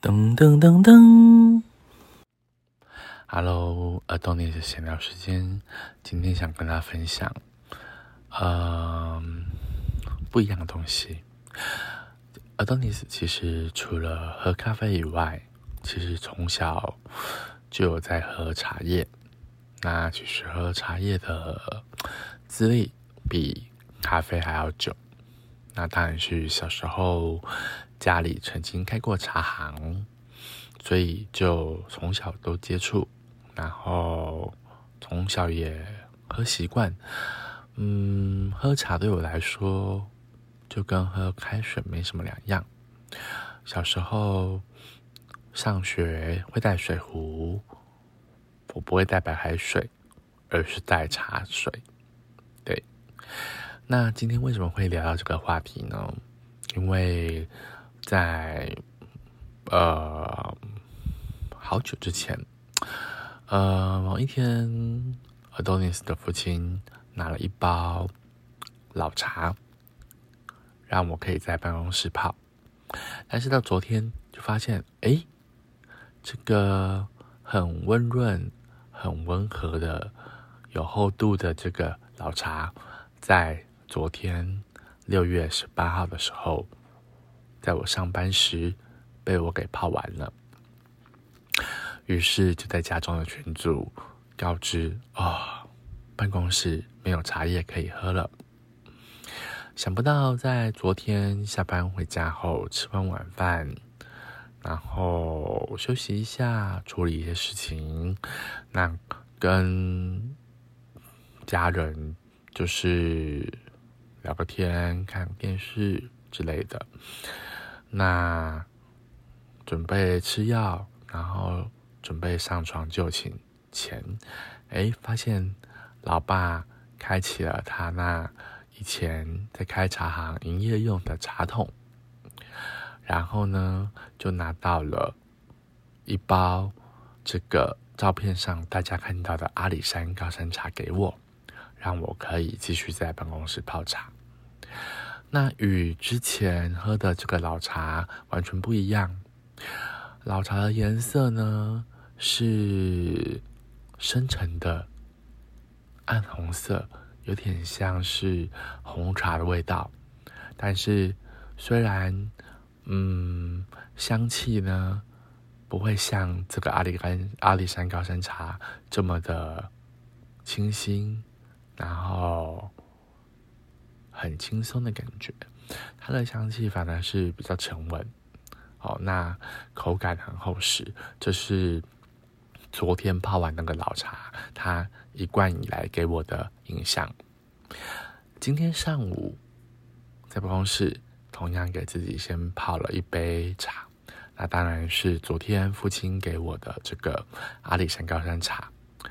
噔噔噔噔 ，Hello，多年的闲聊时间，今天想跟大家分享，不一样的东西。多尼斯其实除了喝咖啡以外，其实从小就有在喝茶叶。那其实喝茶叶的资历比咖啡还要久。那当然是小时候家里曾经开过茶行，所以就从小都接触，然后从小也喝习惯。喝茶对我来说就跟喝开水没什么两样。小时候上学会带水壶，我不会带白开水，而是带茶水。对，那今天为什么会聊到这个话题呢？因为在好久之前，某一天 Adonis 的父亲拿了一包老茶，让我可以在办公室泡。但是到昨天就发现，这个很温润、很温和的、有厚度的这个老茶，在昨天6月18号的时候，在我上班时被我给泡完了。于是就在家中的群组告知，办公室没有茶叶可以喝了。想不到在昨天下班回家后，吃完晚饭，然后休息一下，处理一些事情，那跟家人就是聊个天、看电视之类的。那准备吃药，然后准备上床就寝前，发现老爸开启了他那以前在开茶行营业用的茶桶，然后呢就拿到了一包这个照片上大家看到的阿里山高山茶给我，让我可以继续在办公室泡茶。那与之前喝的这个老茶完全不一样。老茶的颜色呢是深沉的暗红色，有点像是红茶的味道。但是虽然香气呢不会像这个阿里山高山茶这么的清新，然后很轻松的感觉，它的香气反而是比较沉稳。那口感很厚实，这是昨天泡完那个老茶它一贯以来给我的印象。今天上午在办公室同样给自己先泡了一杯茶，那当然是昨天父亲给我的这个阿里山高山茶。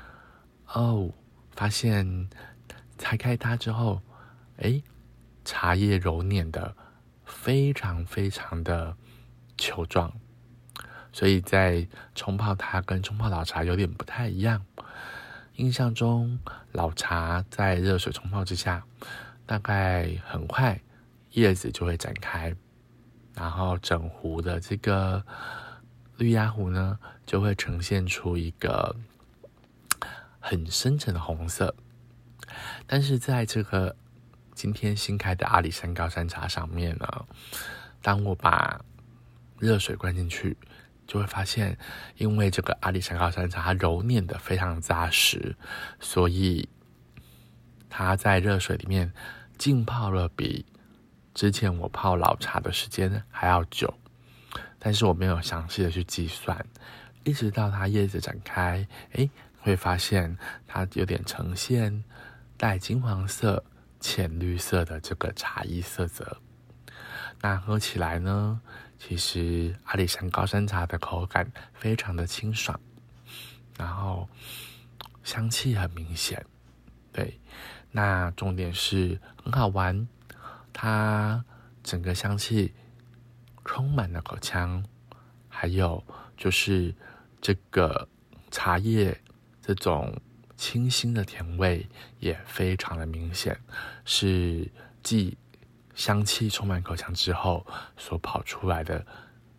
发现拆开它之后，茶叶揉捻的非常非常的球状，所以在冲泡它跟冲泡老茶有点不太一样。印象中老茶在热水冲泡之下，大概很快叶子就会展开，然后整壶的这个绿芽壶呢就会呈现出一个很深沉的红色。但是在这个今天新开的阿里山高山茶上面呢，当我把热水灌进去，就会发现因为这个阿里山高山茶它揉捻的非常扎实，所以它在热水里面浸泡了比之前我泡老茶的时间还要久。但是我没有详细的去计算，一直到它叶子展开，会发现它有点呈现带金黄色、浅绿色的这个茶叶色泽。那喝起来呢，其实阿里山高山茶的口感非常的清爽，然后香气很明显。对，那重点是很好玩，它整个香气充满了口腔，还有就是这个茶叶这种清新的甜味也非常的明显，是继香气充满口腔之后所跑出来的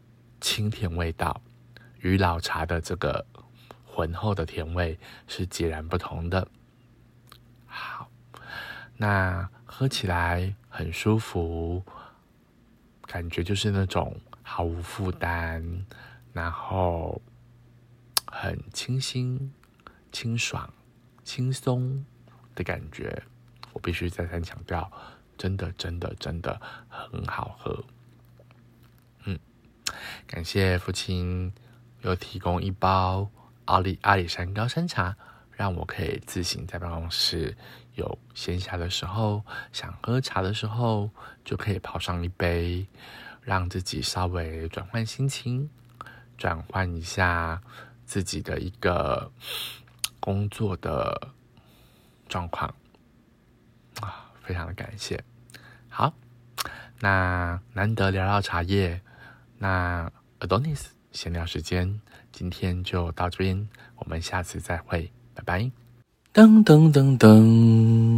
清甜味道，与老茶的这个浑厚的甜味是截然不同的。好，那喝起来很舒服，感觉就是那种毫无负担，然后很清新、清爽、轻松的感觉。我必须再三强调，真的很好喝。感谢父亲又提供一包阿里山高山茶，让我可以自行在办公室有闲暇的时候，想喝茶的时候就可以泡上一杯，让自己稍微转换心情，转换一下自己的一个工作的状况啊，非常的感谢。好，那难得聊聊茶叶，那 Adonis 闲聊时间今天就到这边，我们下次再会，拜拜。噔噔噔噔。